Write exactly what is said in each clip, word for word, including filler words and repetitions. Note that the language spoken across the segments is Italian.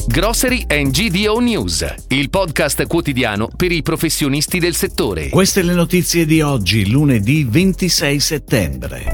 Grocery and G D O News, il podcast quotidiano per i professionisti del settore. Queste le notizie di oggi, lunedì ventisei settembre.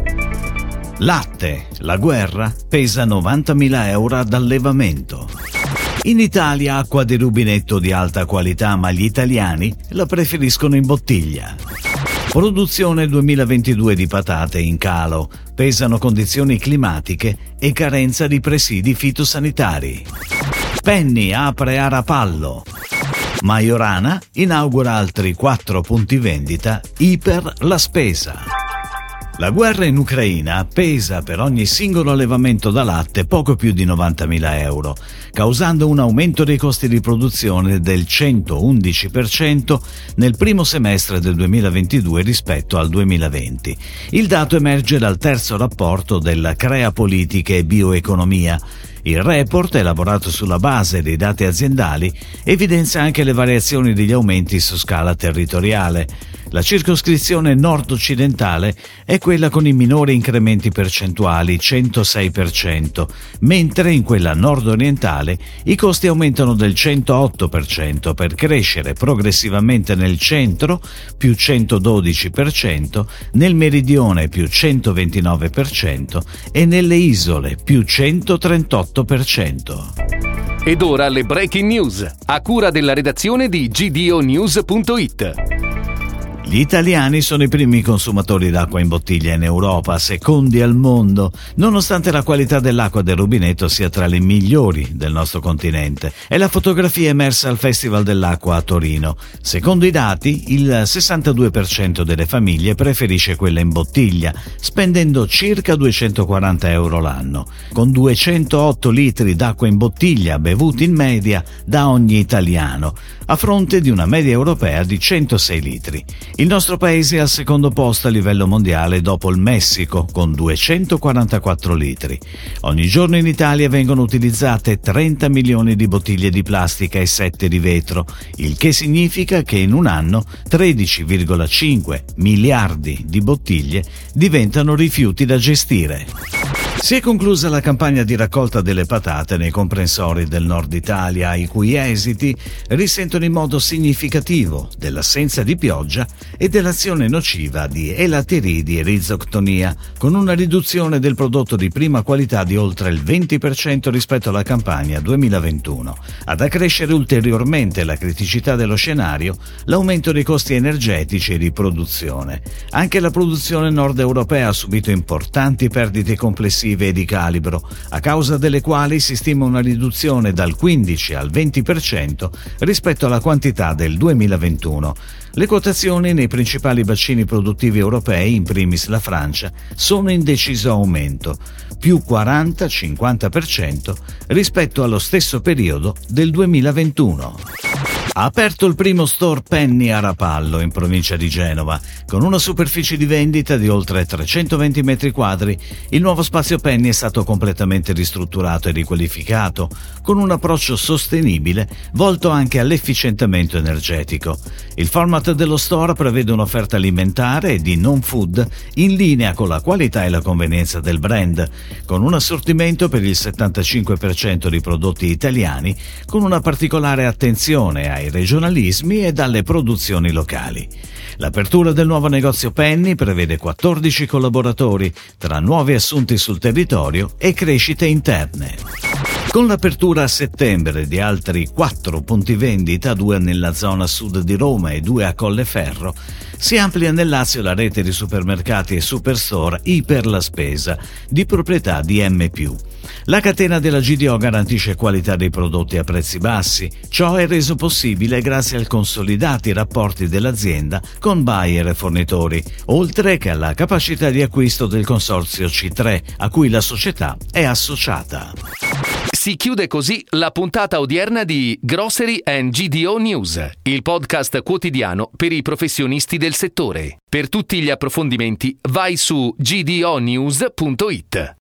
Latte, la guerra pesa novantamila euro ad allevamento. In Italia acqua di rubinetto di alta qualità, ma gli italiani la preferiscono in bottiglia. Produzione duemilaventidue di patate in calo, pesano condizioni climatiche e carenza di presidi fitosanitari. Penny apre a Rapallo. Majorana inaugura altri quattro punti vendita Iper La Spesa. La guerra in Ucraina pesa per ogni singolo allevamento da latte poco più di novantamila euro, causando un aumento dei costi di produzione del centoundici per cento nel primo semestre del duemilaventidue rispetto al duemilaventi. Il dato emerge dal terzo rapporto della Crea Politiche e Bioeconomia. Il report, elaborato sulla base dei dati aziendali, evidenzia anche le variazioni degli aumenti su scala territoriale. La circoscrizione nord-occidentale è quella con i minori incrementi percentuali, centosei per cento, mentre in quella nord-orientale i costi aumentano del centootto per cento per crescere progressivamente nel centro, più centododici per cento, nel meridione più centoventinove per cento e nelle isole più centotrentotto per cento. Ed ora le breaking news, a cura della redazione di G D O news punto it. Gli italiani sono i primi consumatori d'acqua in bottiglia in Europa, secondi al mondo, nonostante la qualità dell'acqua del rubinetto sia tra le migliori del nostro continente. È la fotografia emersa al Festival dell'Acqua a Torino. Secondo i dati, il sessantadue per cento delle famiglie preferisce quella in bottiglia, spendendo circa duecentoquaranta euro l'anno, con duecentootto litri d'acqua in bottiglia bevuti in media da ogni italiano, a fronte di una media europea di centosei litri. Il nostro paese è al secondo posto a livello mondiale dopo il Messico, con duecentoquarantaquattro litri. Ogni giorno in Italia vengono utilizzate trenta milioni di bottiglie di plastica e sette di vetro, il che significa che in un anno tredici virgola cinque miliardi di bottiglie diventano rifiuti da gestire. Si è conclusa la campagna di raccolta delle patate nei comprensori del nord Italia, i cui esiti risentono in modo significativo dell'assenza di pioggia e dell'azione nociva di elateridi e rizoctonia, con una riduzione del prodotto di prima qualità di oltre il venti per cento rispetto alla campagna duemilaventuno. Ad accrescere ulteriormente la criticità dello scenario, l'aumento dei costi energetici e di produzione. Anche la produzione nord europea ha subito importanti perdite complessive e di calibro, a causa delle quali si stima una riduzione dal quindici al venti per cento rispetto alla quantità del duemilaventuno. Le quotazioni nei principali bacini produttivi europei, in primis la Francia, sono in deciso aumento, più quaranta cinquanta per cento rispetto allo stesso periodo del duemilaventuno. Ha aperto il primo store Penny a Rapallo, in provincia di Genova. Con una superficie di vendita di oltre trecentoventi metri quadri, il nuovo spazio Penny è stato completamente ristrutturato e riqualificato, con un approccio sostenibile volto anche all'efficientamento energetico. Il format dello store prevede un'offerta alimentare e di non-food in linea con la qualità e la convenienza del brand, con un assortimento per il settantacinque per cento di prodotti italiani, con una particolare attenzione ai regionalismi e dalle produzioni locali. L'apertura del nuovo negozio Penny prevede quattordici collaboratori, tra nuovi assunti sul territorio e crescite interne. Con l'apertura a settembre di altri quattro punti vendita, due nella zona sud di Roma e due a Colleferro, si amplia nel Lazio la rete di supermercati e superstore Iper La Spesa, di proprietà di M più. La catena della G D O garantisce qualità dei prodotti a prezzi bassi. Ciò è reso possibile grazie ai consolidati rapporti dell'azienda con buyer e fornitori, oltre che alla capacità di acquisto del consorzio C tre, a cui la società è associata. Si chiude così la puntata odierna di Grocery and G D O News, il podcast quotidiano per i professionisti del settore. Per tutti gli approfondimenti vai su G D O news punto it.